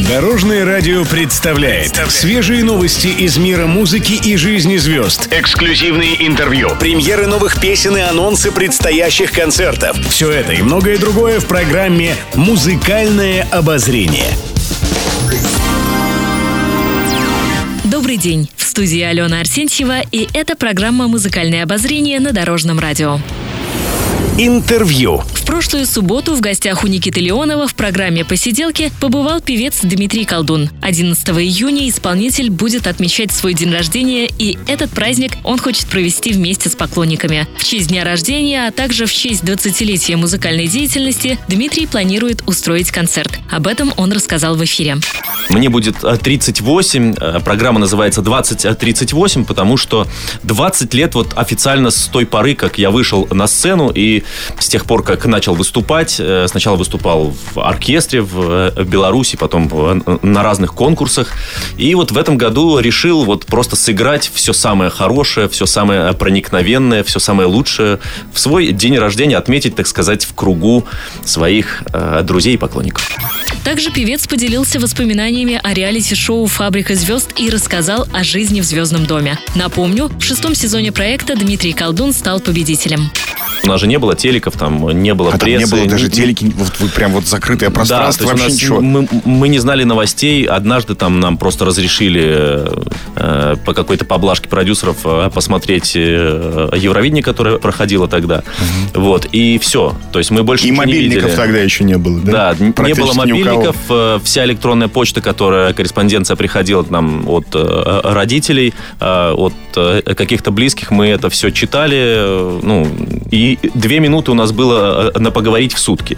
Дорожное радио представляет свежие новости из мира музыки и жизни звезд. Эксклюзивные интервью, премьеры новых песен и анонсы предстоящих концертов. Все это и многое другое в программе «Музыкальное обозрение». Добрый день! В студии Алена Арсентьева, и это программа «Музыкальное обозрение» на Дорожном радио. Интервью. В прошлую субботу в гостях у Никиты Леонова в программе «Посиделки» побывал певец Дмитрий Колдун. 11 июня исполнитель будет отмечать свой день рождения, и этот праздник он хочет провести вместе с поклонниками. В честь дня рождения, а также в честь 20-летия музыкальной деятельности Дмитрий планирует устроить концерт. Об этом он рассказал в эфире. Мне будет 38, программа называется «2038», потому что 20 лет вот официально с той поры, как я вышел на сцену, и с тех пор, как начал выступать, сначала выступал в оркестре в Беларуси, потом на разных конкурсах, и вот в этом году решил вот просто сыграть все самое хорошее, все самое проникновенное, все самое лучшее в свой день рождения, отметить, так сказать, в кругу своих друзей и поклонников. Также певец поделился воспоминаниями о реалити-шоу «Фабрика звезд» и рассказал о жизни в звездном доме. Напомню, в 6-м сезоне проекта Дмитрий Колдун стал победителем. У нас же не было телеков, там не было прессы. Там не было даже телеки, вы прям вот закрытое пространство, да, вообще ничего. Мы не знали новостей. Однажды там нам просто разрешили по какой-то поблажке продюсеров посмотреть Евровидение, которое проходило тогда. Вот, и все. То есть мы больше ничего не видели. И мобильников тогда еще не было, да? Да, не было мобильников. Вся электронная почта, корреспонденция приходила к нам от родителей, от каких-то близких, мы это все читали, и 2 минуты у нас было на поговорить в сутки.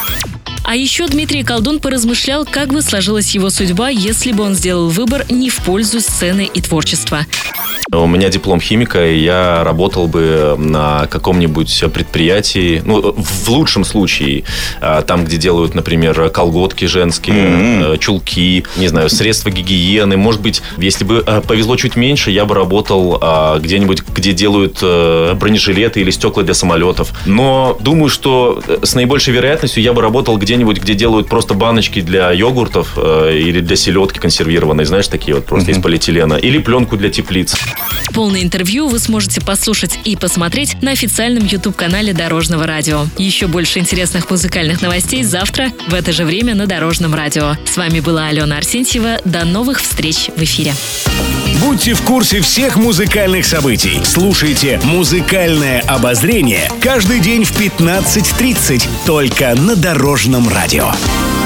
А еще Дмитрий Колдун поразмышлял, как бы сложилась его судьба, если бы он сделал выбор не в пользу сцены и творчества. У меня диплом химика, и я работал бы на каком-нибудь предприятии, в лучшем случае, там, где делают, например, колготки женские, чулки, не знаю, средства гигиены. Может быть, если бы повезло чуть меньше, я бы работал где-нибудь, где делают бронежилеты или стекла для самолетов. Но думаю, что с наибольшей вероятностью я бы работал где-нибудь, где делают просто баночки для йогуртов или для селедки консервированной, знаешь, такие вот просто из полиэтилена, или пленку для теплиц. Полное интервью вы сможете послушать и посмотреть на официальном YouTube-канале Дорожного радио. Еще больше интересных музыкальных новостей завтра в это же время на Дорожном радио. С вами была Алена Арсентьева. До новых встреч в эфире. Будьте в курсе всех музыкальных событий. Слушайте «Музыкальное обозрение» каждый день в 15:30 только на Дорожном радио.